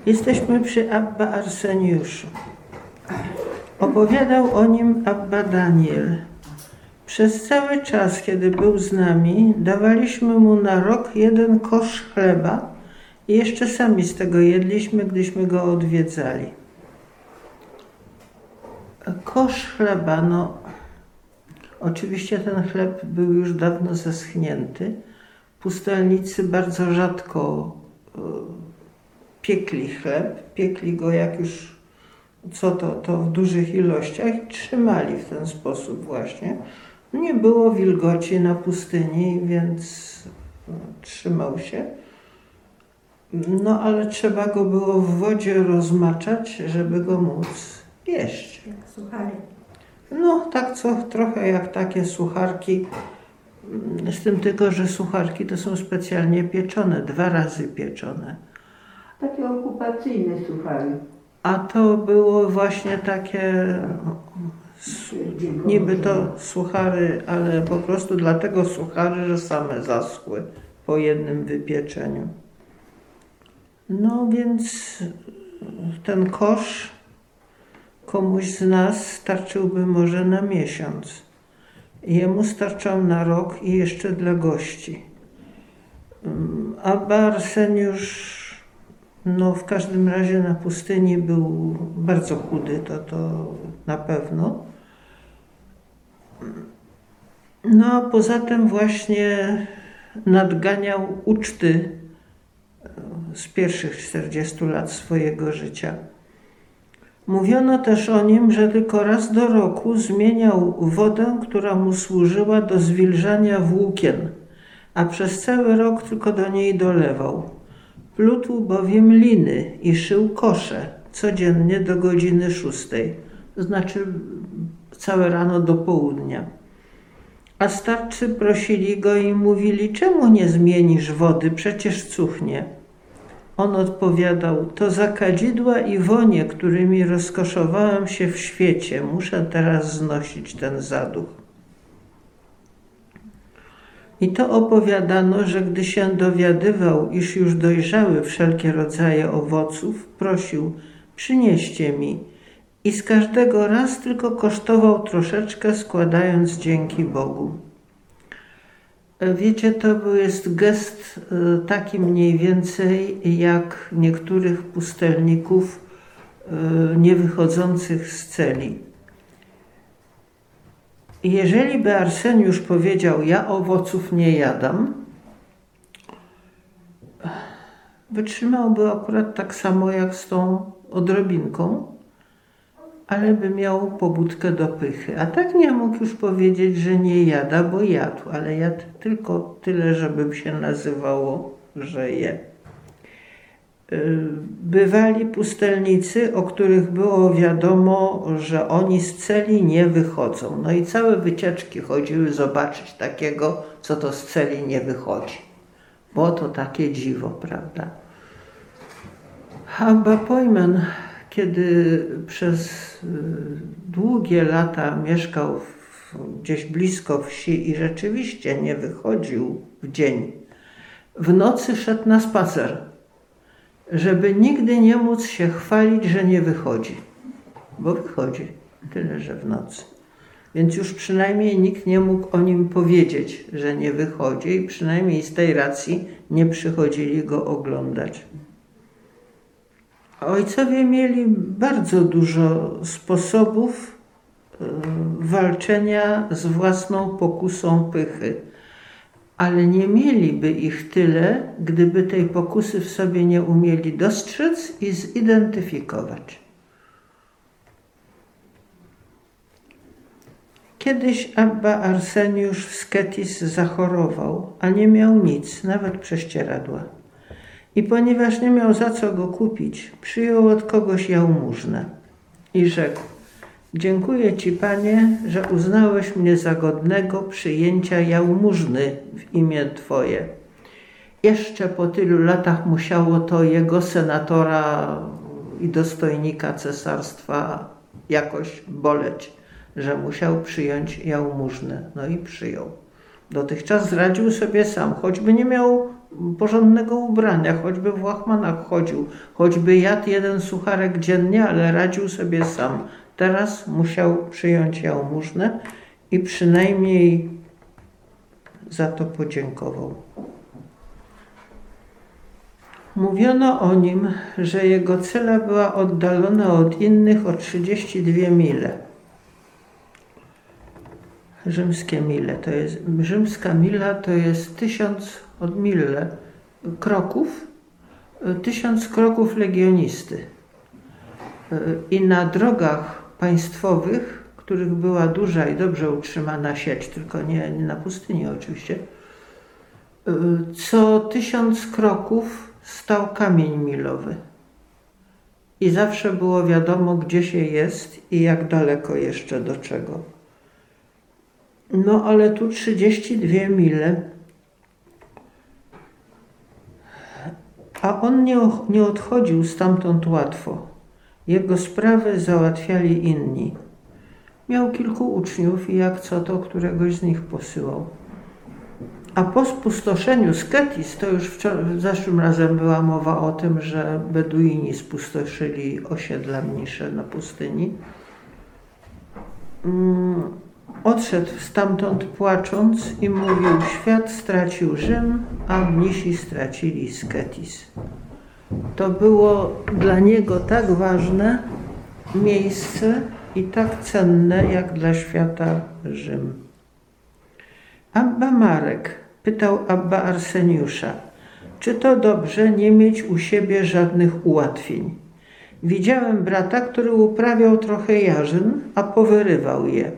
Jesteśmy przy Abba Arseniuszu. Opowiadał o nim Abba Daniel. Przez cały czas, kiedy był z nami, dawaliśmy mu na rok 1 kosz chleba i jeszcze sami z tego jedliśmy, gdyśmy go odwiedzali. Kosz chleba, no oczywiście ten chleb był już dawno zeschnięty. Pustelnicy bardzo rzadko piekli chleb, piekli go jak już to w dużych ilościach i trzymali w ten sposób właśnie. Nie było wilgoci na pustyni, więc trzymał się. No ale trzeba go było w wodzie rozmaczać, żeby go móc jeść. Jak suchary. No tak trochę jak takie sucharki. Z tym tylko, że sucharki to są specjalnie pieczone, 2 razy pieczone. Takie okupacyjne suchary. A to było właśnie takie, niby to suchary, ale po prostu dlatego suchary, że same zaschły po jednym wypieczeniu. No więc ten kosz komuś z nas starczyłby może na miesiąc. Jemu starczał na rok i jeszcze dla gości. Abba Arseniusz, no w każdym razie na pustyni był bardzo chudy, to na pewno. No a poza tym właśnie nadganiał uczty z pierwszych 40 lat swojego życia. Mówiono też o nim, że tylko raz do roku zmieniał wodę, która mu służyła do zwilżania włókien, a przez cały rok tylko do niej dolewał. Plótł bowiem liny i szył kosze codziennie do godziny 6, to znaczy całe rano do południa. A starcy prosili go i mówili, czemu nie zmienisz wody, przecież cuchnie. On odpowiadał, to za kadzidła i wonie, którymi rozkoszowałem się w świecie, muszę teraz znosić ten zaduch. I to opowiadano, że gdy się dowiadywał, iż już dojrzały wszelkie rodzaje owoców, prosił, przynieście mi. I z każdego raz tylko kosztował troszeczkę, składając dzięki Bogu. Wiecie, to jest gest taki mniej więcej jak niektórych pustelników nie wychodzących z celi. Jeżeli by Arseniusz powiedział, ja owoców nie jadam, wytrzymałby akurat tak samo jak z tą odrobinką, ale by miał pobudkę do pychy. A tak nie mógł już powiedzieć, że nie jada, bo jadł, ale jadł tylko tyle, żeby się nazywało, że je. Bywali pustelnicy, o których było wiadomo, że oni z celi nie wychodzą. No i całe wycieczki chodziły zobaczyć takiego, co to z celi nie wychodzi. Bo to takie dziwo, prawda? Abba Pojman, kiedy przez długie lata mieszkał gdzieś blisko wsi i rzeczywiście nie wychodził w dzień, w nocy szedł na spacer, żeby nigdy nie móc się chwalić, że nie wychodzi. Bo wychodzi, tyle że w nocy. Więc już przynajmniej nikt nie mógł o nim powiedzieć, że nie wychodzi i przynajmniej z tej racji nie przychodzili go oglądać. Ojcowie mieli bardzo dużo sposobów walczenia z własną pokusą pychy, ale nie mieliby ich tyle, gdyby tej pokusy w sobie nie umieli dostrzec i zidentyfikować. Kiedyś Abba Arseniusz w Sketis zachorował, a nie miał nic, nawet prześcieradła. I ponieważ nie miał za co go kupić, przyjął od kogoś jałmużnę i rzekł, dziękuję Ci, Panie, że uznałeś mnie za godnego przyjęcia jałmużny w imię Twoje. Jeszcze po tylu latach musiało to jego senatora i dostojnika cesarstwa jakoś boleć, że musiał przyjąć jałmużnę. No i przyjął. Dotychczas zradził sobie sam, choćby nie miał porządnego ubrania, choćby w łachmanach chodził, choćby jadł jeden sucharek dziennie, ale radził sobie sam. Teraz musiał przyjąć jałmużnę i przynajmniej za to podziękował. Mówiono o nim, że jego cela była oddalona od innych o 32 mile. Rzymskie mile, rzymska mila to jest 1000 od mille kroków, 1000 kroków legionisty. I na drogach państwowych, których była duża i dobrze utrzymana sieć, tylko nie na pustyni oczywiście, co 1000 kroków stał kamień milowy. I zawsze było wiadomo, gdzie się jest i jak daleko jeszcze do czego. No ale tu 32 mile, a on nie odchodził stamtąd łatwo. Jego sprawy załatwiali inni. Miał kilku uczniów i jak co to któregoś z nich posyłał. A po spustoszeniu Sketis, to już zeszłym razem była mowa o tym, że Beduini spustoszyli osiedla mniejsze na pustyni, odszedł stamtąd płacząc i mówił: świat stracił Rzym, a mnisi stracili Sketis. To było dla niego tak ważne miejsce i tak cenne, jak dla świata Rzym. Abba Marek pytał Abba Arseniusza, czy to dobrze nie mieć u siebie żadnych ułatwień. Widziałem brata, który uprawiał trochę jarzyn, a powyrywał je.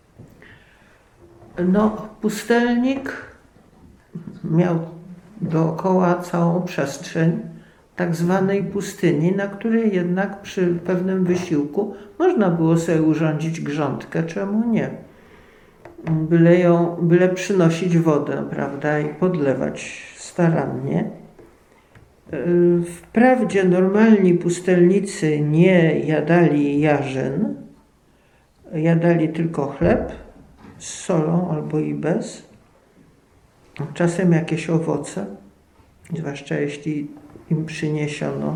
No, pustelnik miał dookoła całą przestrzeń tak zwanej pustyni, na której jednak przy pewnym wysiłku można było sobie urządzić grządkę, czemu nie? Byle przynosić wodę, prawda, i podlewać starannie. Wprawdzie normalni pustelnicy nie jadali jarzyn, jadali tylko chleb z solą albo i bez, czasem jakieś owoce, zwłaszcza jeśli im przyniesiono.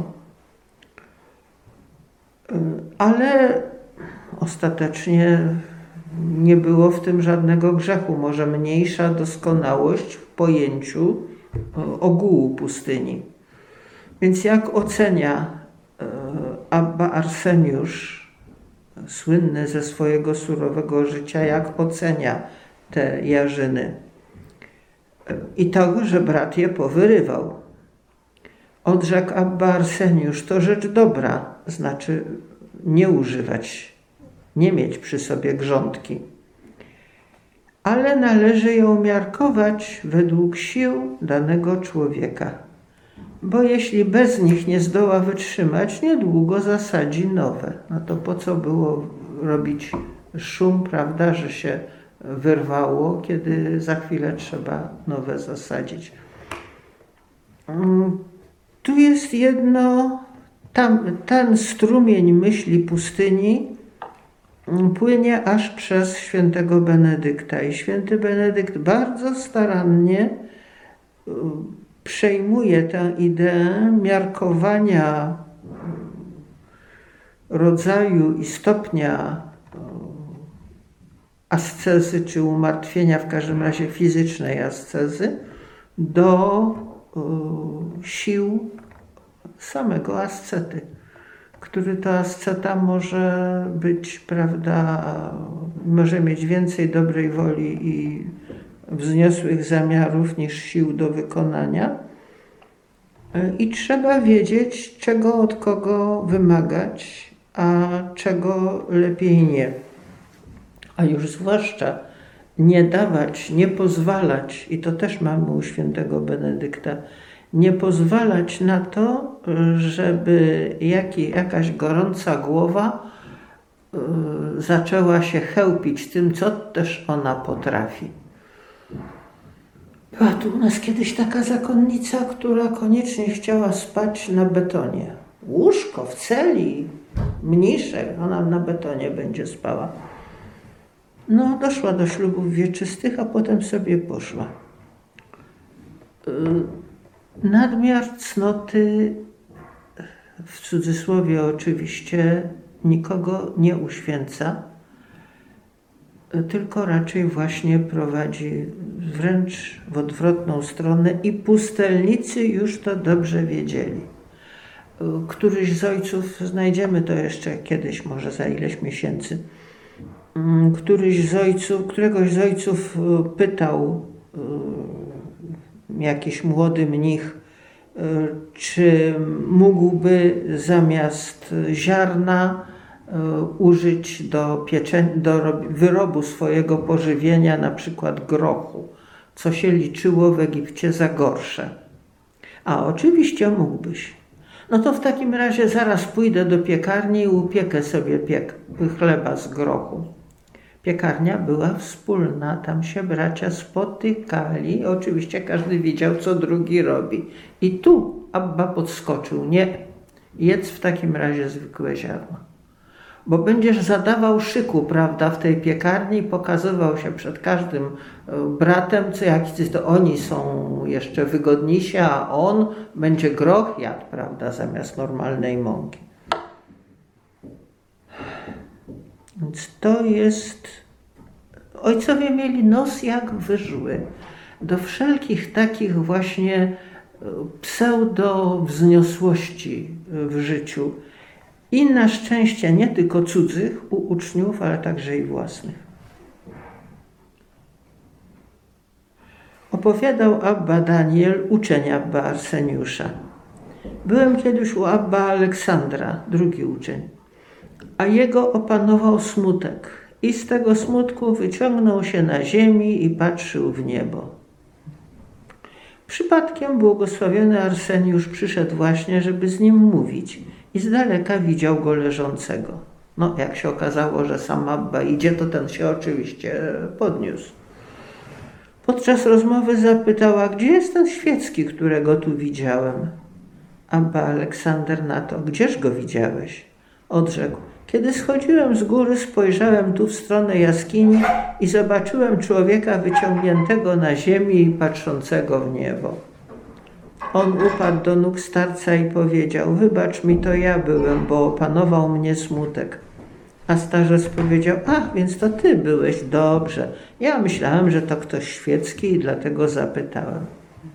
Ale ostatecznie nie było w tym żadnego grzechu, może mniejsza doskonałość w pojęciu ogółu pustyni. Więc jak ocenia Abba Arseniusz, słynny ze swojego surowego życia, jak ocenia te jarzyny i tego, że brat je powyrywał? Odrzekł Abba Arseniusz: to rzecz dobra, znaczy nie używać, nie mieć przy sobie grządki, ale należy ją miarkować według sił danego człowieka, bo jeśli bez nich nie zdoła wytrzymać, niedługo zasadzi nowe. No to po co było robić szum, prawda, że się wyrwało, kiedy za chwilę trzeba nowe zasadzić. Tu jest jedno, ten strumień myśli pustyni płynie aż przez świętego Benedykta. I święty Benedykt bardzo starannie przejmuje tę ideę miarkowania rodzaju i stopnia ascezy czy umartwienia, w każdym razie fizycznej ascezy, do sił samego ascety, który to asceta może być, prawda, może mieć więcej dobrej woli i wzniosłych zamiarów niż sił do wykonania. I trzeba wiedzieć, czego od kogo wymagać, a czego lepiej nie. A już zwłaszcza nie dawać, nie pozwalać, i to też mamy u świętego Benedykta, nie pozwalać na to, żeby jakaś gorąca głowa zaczęła się chełpić tym, co też ona potrafi. Była tu u nas kiedyś taka zakonnica, która koniecznie chciała spać na betonie. Łóżko w celi, mniszek, ona na betonie będzie spała. No, doszła do ślubów wieczystych, a potem sobie poszła. Nadmiar cnoty, w cudzysłowie oczywiście, nikogo nie uświęca, tylko raczej właśnie prowadzi wręcz w odwrotną stronę i pustelnicy już to dobrze wiedzieli. Któryś z ojców, znajdziemy to jeszcze kiedyś, może za ileś miesięcy, któregoś z ojców pytał jakiś młody mnich, czy mógłby zamiast ziarna użyć do wyrobu swojego pożywienia na przykład grochu, co się liczyło w Egipcie za gorsze. A oczywiście mógłbyś. No to w takim razie zaraz pójdę do piekarni i upiekę sobie chleba z grochu. Piekarnia była wspólna, tam się bracia spotykali. Oczywiście każdy wiedział, co drugi robi. I tu Abba podskoczył. Nie, jedz w takim razie zwykłe ziarno. Bo będziesz zadawał szyku, prawda, w tej piekarni i pokazywał się przed każdym bratem, jacy to oni są jeszcze wygodniejsi, a on będzie groch jadł, prawda, zamiast normalnej mąki. Więc to jest... Ojcowie mieli nos jak wyżły do wszelkich takich właśnie pseudo-wzniosłości w życiu. I na szczęście nie tylko cudzych u uczniów, ale także i własnych. Opowiadał Abba Daniel, uczeń Abba Arseniusza. Byłem kiedyś u Abba Aleksandra, drugi uczeń, a jego opanował smutek i z tego smutku wyciągnął się na ziemi i patrzył w niebo. Przypadkiem błogosławiony Arseniusz przyszedł właśnie, żeby z nim mówić i z daleka widział go leżącego. No, jak się okazało, że sam Abba idzie, to ten się oczywiście podniósł. Podczas rozmowy zapytała, gdzie jest ten świecki, którego tu widziałem? Abba Aleksander na to, gdzież go widziałeś? Odrzekł, kiedy schodziłem z góry, spojrzałem tu w stronę jaskini i zobaczyłem człowieka wyciągniętego na ziemi i patrzącego w niebo. On upadł do nóg starca i powiedział, wybacz mi, to ja byłem, bo opanował mnie smutek. A starzec powiedział, ach, więc to ty byłeś, dobrze. Ja myślałem, że to ktoś świecki i dlatego zapytałem.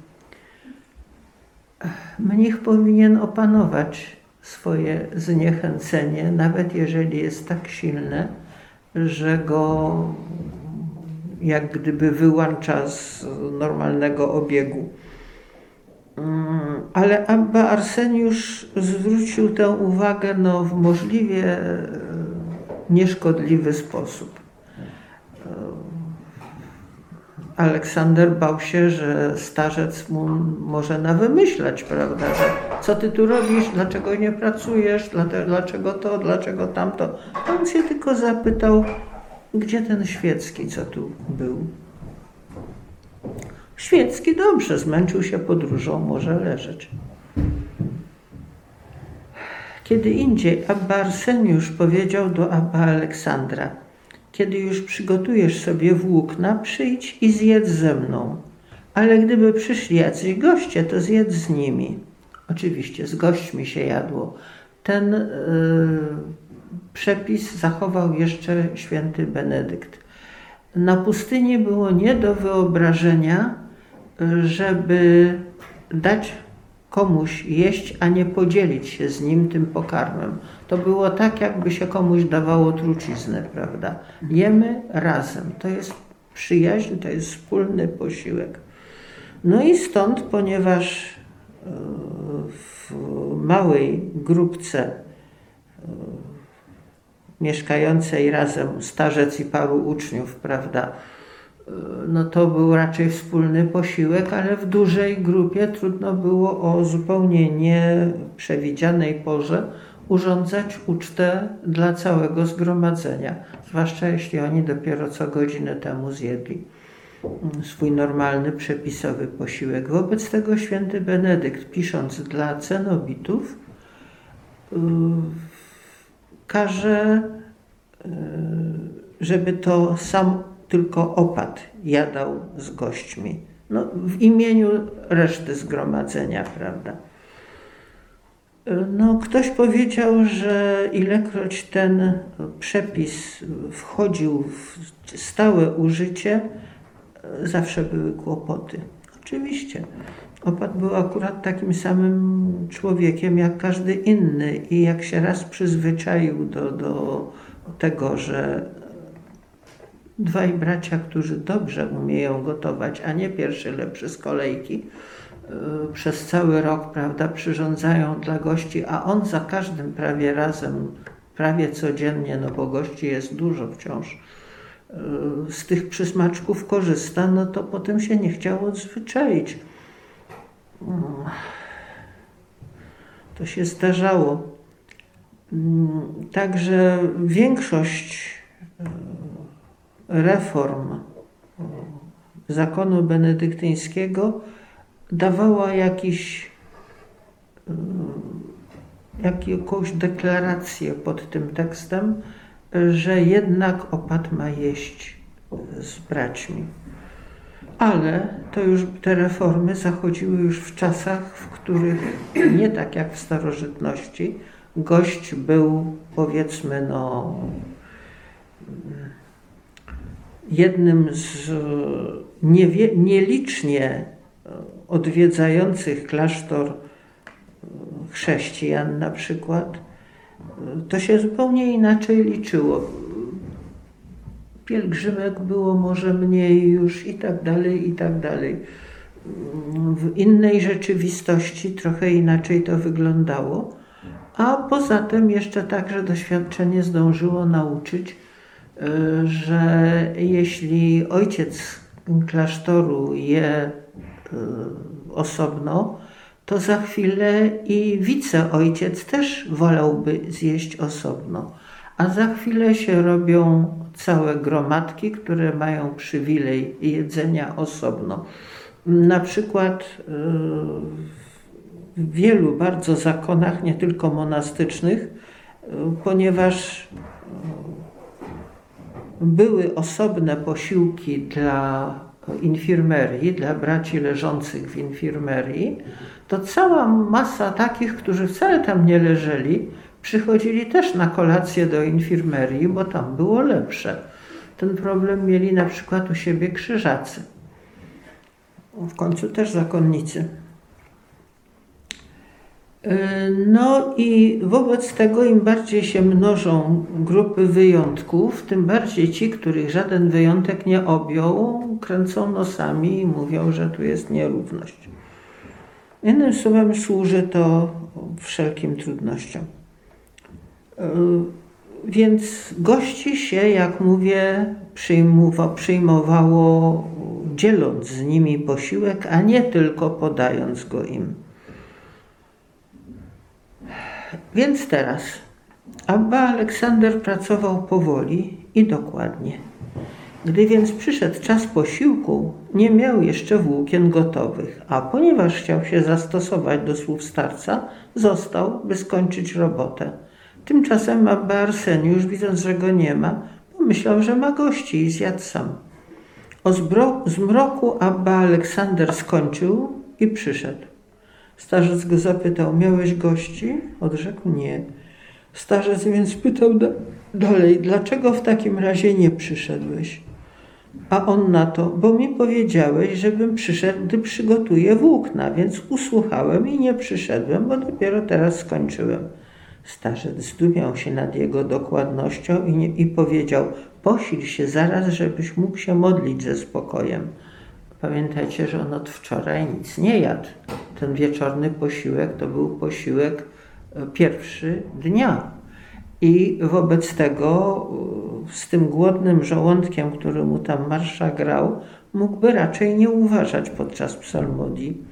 Mnich powinien opanować swoje zniechęcenie, nawet jeżeli jest tak silne, że go jak gdyby wyłącza z normalnego obiegu. Ale Abba Arseniusz zwrócił tę uwagę w możliwie nieszkodliwy sposób. Aleksander bał się, że starzec mu może nawymyślać, prawda, że co ty tu robisz, dlaczego nie pracujesz, dlaczego to, dlaczego tamto. On się tylko zapytał, gdzie ten świecki, co tu był. Świecki dobrze, zmęczył się podróżą, może leżeć. Kiedy indziej Abba Arseniusz powiedział do Abba Aleksandra, kiedy już przygotujesz sobie włókna, przyjdź i zjedz ze mną. Ale gdyby przyszli jacyś goście, to zjedz z nimi. Oczywiście z gośćmi się jadło. Ten przepis zachował jeszcze święty Benedykt. Na pustyni było nie do wyobrażenia, żeby dać komuś jeść, a nie podzielić się z nim tym pokarmem. To było tak, jakby się komuś dawało truciznę, prawda? Jemy razem. To jest przyjaźń, to jest wspólny posiłek. No i stąd, ponieważ w małej grupce mieszkającej razem starzec i paru uczniów, prawda, no to był raczej wspólny posiłek, ale w dużej grupie trudno było o zupełnie nieprzewidzianej porze urządzać ucztę dla całego zgromadzenia, zwłaszcza jeśli oni dopiero co godzinę temu zjedli swój normalny, przepisowy posiłek. Wobec tego święty Benedykt, pisząc dla cenobitów, każe, żeby to sam tylko opat jadał z gośćmi, no, w imieniu reszty zgromadzenia, prawda. No, ktoś powiedział, że ilekroć ten przepis wchodził w stałe użycie, zawsze były kłopoty. Oczywiście. Opat był akurat takim samym człowiekiem jak każdy inny i jak się raz przyzwyczaił do tego, że dwaj bracia, którzy dobrze umieją gotować, a nie pierwszy lepszy z kolejki, przez cały rok, prawda, przyrządzają dla gości, a on za każdym prawie razem, prawie codziennie, no bo gości jest dużo wciąż, z tych przysmaczków korzysta, no to potem się nie chciało odzwyczaić. To się zdarzało. Także większość reform zakonu benedyktyńskiego dawała jakąś deklarację pod tym tekstem, że jednak opat ma jeść z braćmi. Ale to już te reformy zachodziły już w czasach, w których nie tak jak w starożytności, gość był, powiedzmy, no, jednym z nielicznie odwiedzających klasztor chrześcijan na przykład. To się zupełnie inaczej liczyło. Pielgrzymek było może mniej już i tak dalej, i tak dalej. W innej rzeczywistości trochę inaczej to wyglądało, a poza tym jeszcze także doświadczenie zdążyło nauczyć, że jeśli ojciec klasztoru je osobno, to za chwilę i wiceojciec też wolałby zjeść osobno. A za chwilę się robią całe gromadki, które mają przywilej jedzenia osobno. Na przykład w wielu bardzo zakonach, nie tylko monastycznych, ponieważ były osobne posiłki dla infirmerii, dla braci leżących w infirmerii, to cała masa takich, którzy wcale tam nie leżeli, przychodzili też na kolację do infirmerii, bo tam było lepsze. Ten problem mieli na przykład u siebie krzyżacy. W końcu też zakonnicy. No i wobec tego im bardziej się mnożą grupy wyjątków, tym bardziej ci, których żaden wyjątek nie objął, kręcą nosami i mówią, że tu jest nierówność. Innym słowem służy to wszelkim trudnościom. Więc gości się, jak mówię, przyjmowało dzieląc z nimi posiłek, a nie tylko podając go im. Więc teraz Abba Aleksander pracował powoli i dokładnie. Gdy więc przyszedł czas posiłku, nie miał jeszcze włókien gotowych, a ponieważ chciał się zastosować do słów starca, został, by skończyć robotę. Tymczasem Abba Arseniusz, widząc, że go nie ma, pomyślał, że ma gości i zjadł sam. O zmroku Abba Aleksander skończył i przyszedł. Starzec go zapytał, miałeś gości? Odrzekł, nie. Starzec więc pytał dalej, dlaczego w takim razie nie przyszedłeś? A on na to, bo mi powiedziałeś, żebym przyszedł, gdy przygotuję włókna, więc usłuchałem i nie przyszedłem, bo dopiero teraz skończyłem. Starzec zdumiał się nad jego dokładnością i powiedział, posil się zaraz, żebyś mógł się modlić ze spokojem. Pamiętajcie, że on od wczoraj nic nie jadł. Ten wieczorny posiłek to był posiłek pierwszy dnia. I wobec tego z tym głodnym żołądkiem, który mu tam marsza grał, mógłby raczej nie uważać podczas psalmodii.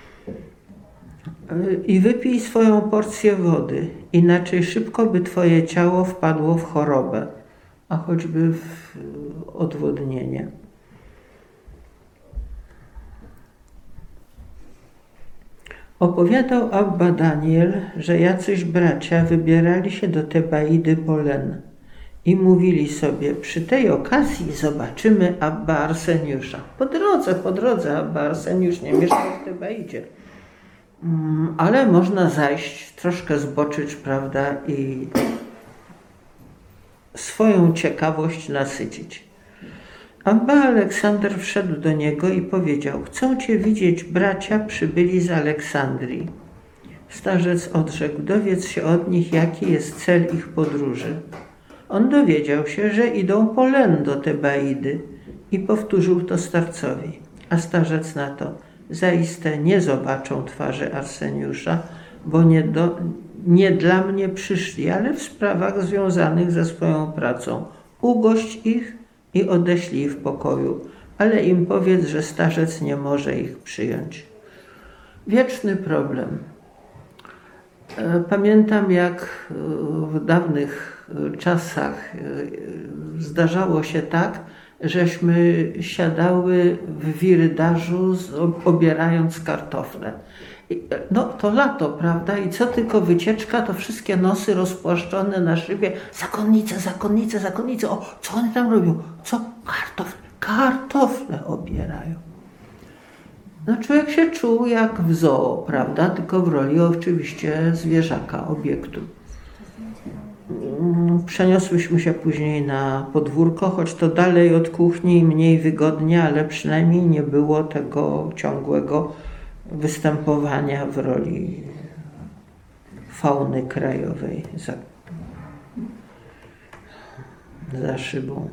I wypij swoją porcję wody, inaczej szybko by twoje ciało wpadło w chorobę, a choćby w odwodnienie. Opowiadał Abba Daniel, że jacyś bracia wybierali się do Tebaidy po len i mówili sobie, przy tej okazji zobaczymy Abba Arseniusza. Po drodze Abba Arseniusz nie mieszkał w Tebaidzie. Ale można zajść, troszkę zboczyć, prawda, i swoją ciekawość nasycić. Abba Aleksander wszedł do niego i powiedział, chcą cię widzieć bracia, przybyli z Aleksandrii. Starzec odrzekł, dowiedz się od nich, jaki jest cel ich podróży. On dowiedział się, że idą po len do Tebaidy i powtórzył to starcowi. A starzec na to, zaiste nie zobaczą twarzy Arseniusza, bo nie dla mnie przyszli, ale w sprawach związanych ze swoją pracą. Ugość ich i odeślij w pokoju, ale im powiedz, że starzec nie może ich przyjąć. Wieczny problem. Pamiętam, jak w dawnych czasach zdarzało się tak, żeśmy siadały w wirydarzu, obierając kartofle. No to lato, prawda? I co tylko wycieczka, to wszystkie nosy rozpłaszczone na szybie. Zakonnice. O, co one tam robią? Co? Kartofle obierają. No człowiek się czuł jak w zoo, prawda? Tylko w roli oczywiście zwierzaka, obiektu. Przeniosłyśmy się później na podwórko, choć to dalej od kuchni i mniej wygodnie, ale przynajmniej nie było tego ciągłego występowania w roli fauny krajowej za szybą.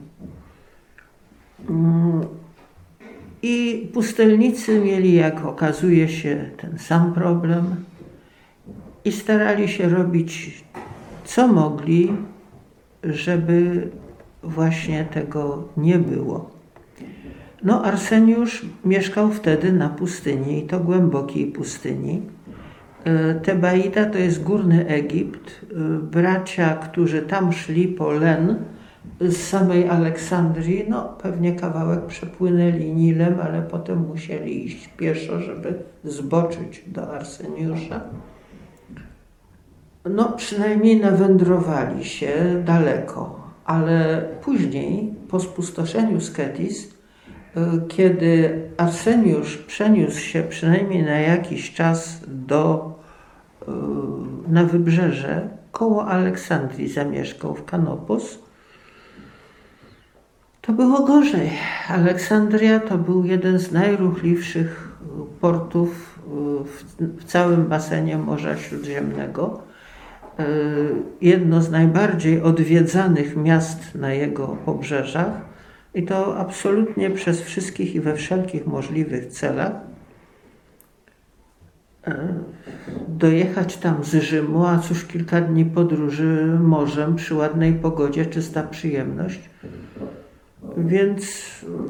I pustelnicy mieli, jak okazuje się, ten sam problem i starali się robić co mogli, żeby właśnie tego nie było. No, Arseniusz mieszkał wtedy na pustyni, i to głębokiej pustyni. Tebaida to jest górny Egipt. Bracia, którzy tam szli po len z samej Aleksandrii, no pewnie kawałek przepłynęli Nilem, ale potem musieli iść pieszo, żeby zboczyć do Arseniusza. No przynajmniej nawędrowali się daleko, ale później po spustoszeniu Sketis, kiedy Arseniusz przeniósł się przynajmniej na jakiś czas na wybrzeże, koło Aleksandrii zamieszkał w Kanopos, to było gorzej. Aleksandria to był jeden z najruchliwszych portów w całym basenie Morza Śródziemnego. Jedno z najbardziej odwiedzanych miast na jego pobrzeżach i to absolutnie przez wszystkich i we wszelkich możliwych celach. Dojechać tam z Rzymu, a cóż kilka dni podróży morzem przy ładnej pogodzie, czysta przyjemność. Więc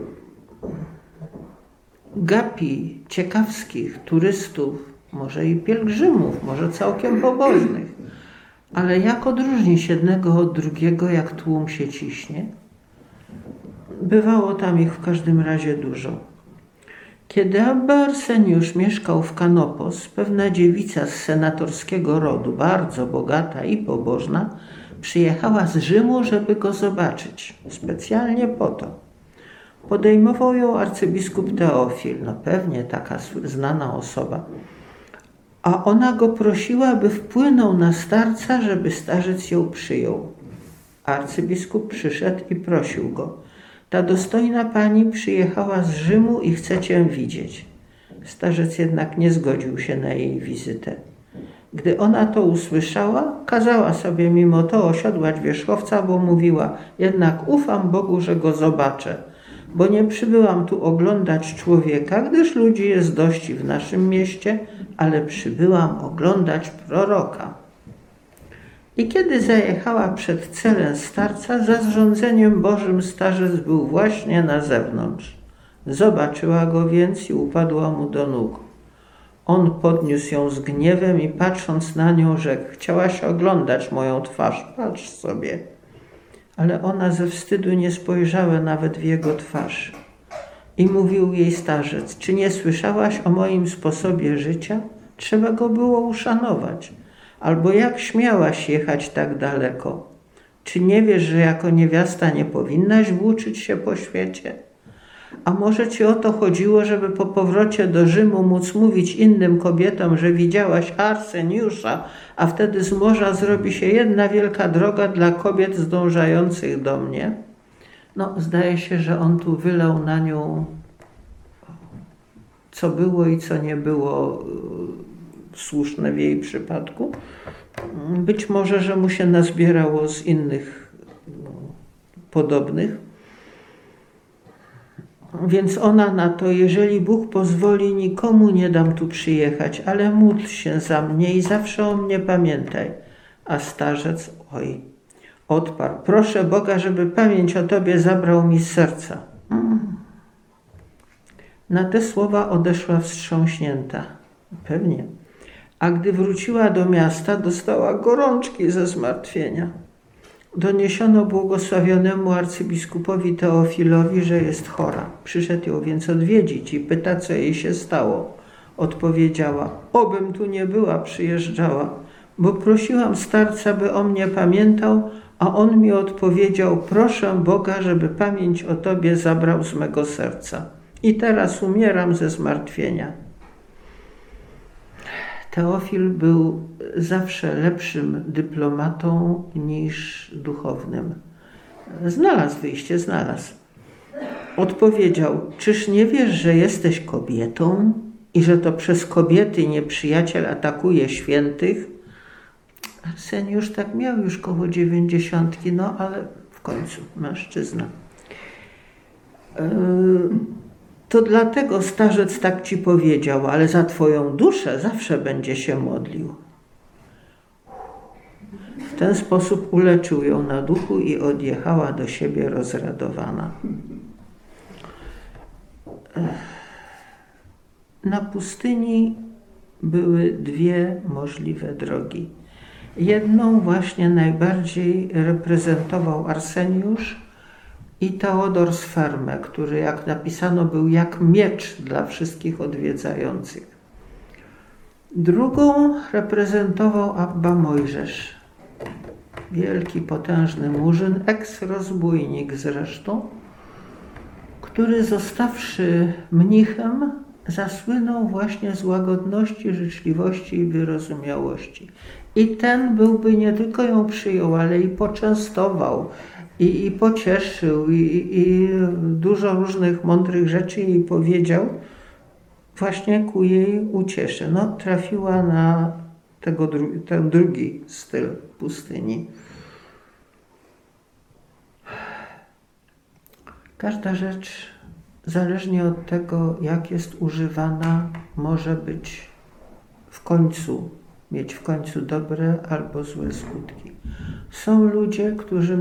gapi ciekawskich turystów, może i pielgrzymów, może całkiem pobożnych, ale jak odróżnić jednego od drugiego, jak tłum się ciśnie? Bywało tam ich w każdym razie dużo. Kiedy Abba Arseniusz mieszkał w Kanopos, pewna dziewica z senatorskiego rodu, bardzo bogata i pobożna, przyjechała z Rzymu, żeby go zobaczyć. Specjalnie po to. Podejmował ją arcybiskup Teofil, no pewnie taka znana osoba. A ona go prosiła, by wpłynął na starca, żeby starzec ją przyjął. Arcybiskup przyszedł i prosił go. Ta dostojna pani przyjechała z Rzymu i chce cię widzieć. Starzec jednak nie zgodził się na jej wizytę. Gdy ona to usłyszała, kazała sobie mimo to osiodłać wierzchowca, bo mówiła, jednak ufam Bogu, że go zobaczę, bo nie przybyłam tu oglądać człowieka, gdyż ludzi jest dość w naszym mieście, ale przybyłam oglądać proroka. I kiedy zajechała przed celem starca, za zrządzeniem Bożym starzec był właśnie na zewnątrz. Zobaczyła go więc i upadła mu do nóg. On podniósł ją z gniewem i patrząc na nią rzekł, chciałaś oglądać moją twarz, patrz sobie. Ale ona ze wstydu nie spojrzała nawet w jego twarz. I mówił jej starzec, czy nie słyszałaś o moim sposobie życia? Trzeba go było uszanować. Albo jak śmiałaś jechać tak daleko? Czy nie wiesz, że jako niewiasta nie powinnaś włóczyć się po świecie? A może ci o to chodziło, żeby po powrocie do Rzymu móc mówić innym kobietom, że widziałaś Arseniusza, a wtedy z morza zrobi się jedna wielka droga dla kobiet zdążających do mnie? No, zdaje się, że on tu wylał na nią, co było i co nie było słuszne w jej przypadku. Być może, że mu się nazbierało z innych podobnych. Więc ona na to, jeżeli Bóg pozwoli, nikomu nie dam tu przyjechać, ale módl się za mnie i zawsze o mnie pamiętaj. A starzec, odparł, proszę Boga, żeby pamięć o tobie zabrał mi z serca. Na te słowa odeszła wstrząśnięta. Pewnie. A gdy wróciła do miasta, dostała gorączki ze zmartwienia. Doniesiono błogosławionemu arcybiskupowi Teofilowi, że jest chora. Przyszedł ją więc odwiedzić i pyta, co jej się stało. Odpowiedziała, obym tu nie była, przyjeżdżała, bo prosiłam starca, by o mnie pamiętał, a on mi odpowiedział, proszę Boga, żeby pamięć o tobie zabrał z mego serca. I teraz umieram ze zmartwienia. Teofil był zawsze lepszym dyplomatą niż duchownym. Znalazł wyjście, znalazł. Odpowiedział, czyż nie wiesz, że jesteś kobietą i że to przez kobiety nieprzyjaciel atakuje świętych? Arseniusz tak miał już koło 90, no ale w końcu mężczyzna. To dlatego starzec tak ci powiedział, ale za twoją duszę zawsze będzie się modlił. W ten sposób uleczył ją na duchu i odjechała do siebie rozradowana. Na pustyni były dwie możliwe drogi. Jedną właśnie najbardziej reprezentował Arseniusz i Teodor z Fermę, który, jak napisano, był jak miecz dla wszystkich odwiedzających. Drugą reprezentował Abba Mojżesz, wielki, potężny murzyn, eks-rozbójnik zresztą, który zostawszy mnichem, zasłynął właśnie z łagodności, życzliwości i wyrozumiałości. I ten byłby nie tylko ją przyjął, ale i poczęstował, i pocieszył, i dużo różnych mądrych rzeczy jej powiedział, właśnie ku jej uciesze. No, trafiła na ten drugi styl pustyni. Każda rzecz, zależnie od tego, jak jest używana, może mieć w końcu dobre albo złe skutki. Są ludzie,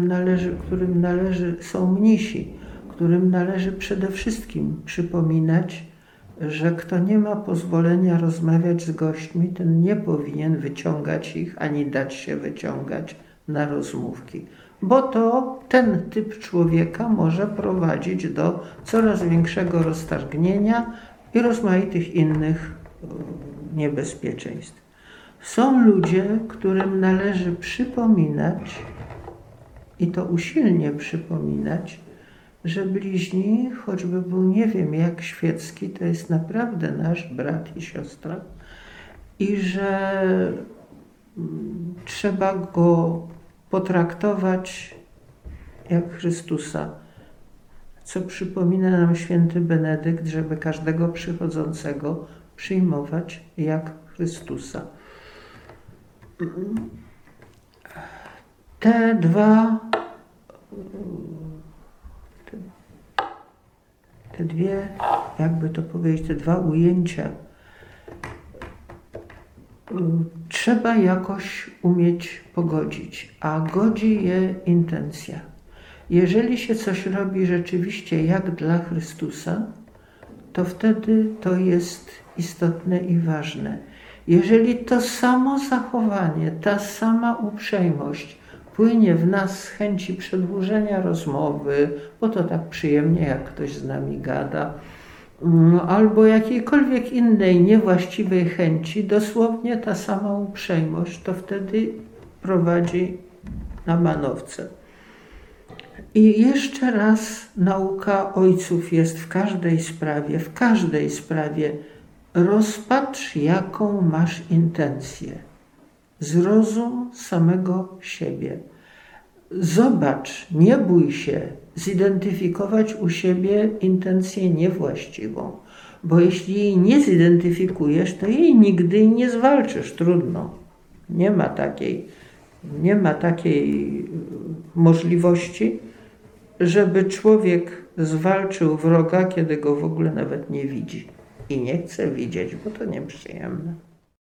są mnisi, którym należy przede wszystkim przypominać, że kto nie ma pozwolenia rozmawiać z gośćmi, ten nie powinien wyciągać ich, ani dać się wyciągać na rozmówki. Bo to ten typ człowieka może prowadzić do coraz większego roztargnienia i rozmaitych innych niebezpieczeństw. Są ludzie, którym należy przypominać, i to usilnie przypominać, że bliźni, choćby był nie wiem jak świecki, to jest naprawdę nasz brat i siostra i że trzeba go potraktować jak Chrystusa, co przypomina nam święty Benedykt, żeby każdego przychodzącego przyjmować jak Chrystusa. Te dwie, jakby to powiedzieć, te dwa ujęcia trzeba jakoś umieć pogodzić, a godzi je intencja. Jeżeli się coś robi rzeczywiście jak dla Chrystusa, to wtedy to jest istotne i ważne. Jeżeli to samo zachowanie, ta sama uprzejmość płynie w nas z chęci przedłużenia rozmowy, bo to tak przyjemnie, jak ktoś z nami gada, albo jakiejkolwiek innej niewłaściwej chęci, dosłownie ta sama uprzejmość, to wtedy prowadzi na manowce. I jeszcze raz nauka ojców jest w każdej sprawie. Rozpatrz, jaką masz intencję. Zrozum samego siebie. Zobacz, nie bój się zidentyfikować u siebie intencję niewłaściwą, bo jeśli jej nie zidentyfikujesz, to jej nigdy nie zwalczysz. Trudno. Nie ma takiej możliwości, żeby człowiek zwalczył wroga, kiedy go w ogóle nawet nie widzi i nie chce widzieć, bo to nieprzyjemne.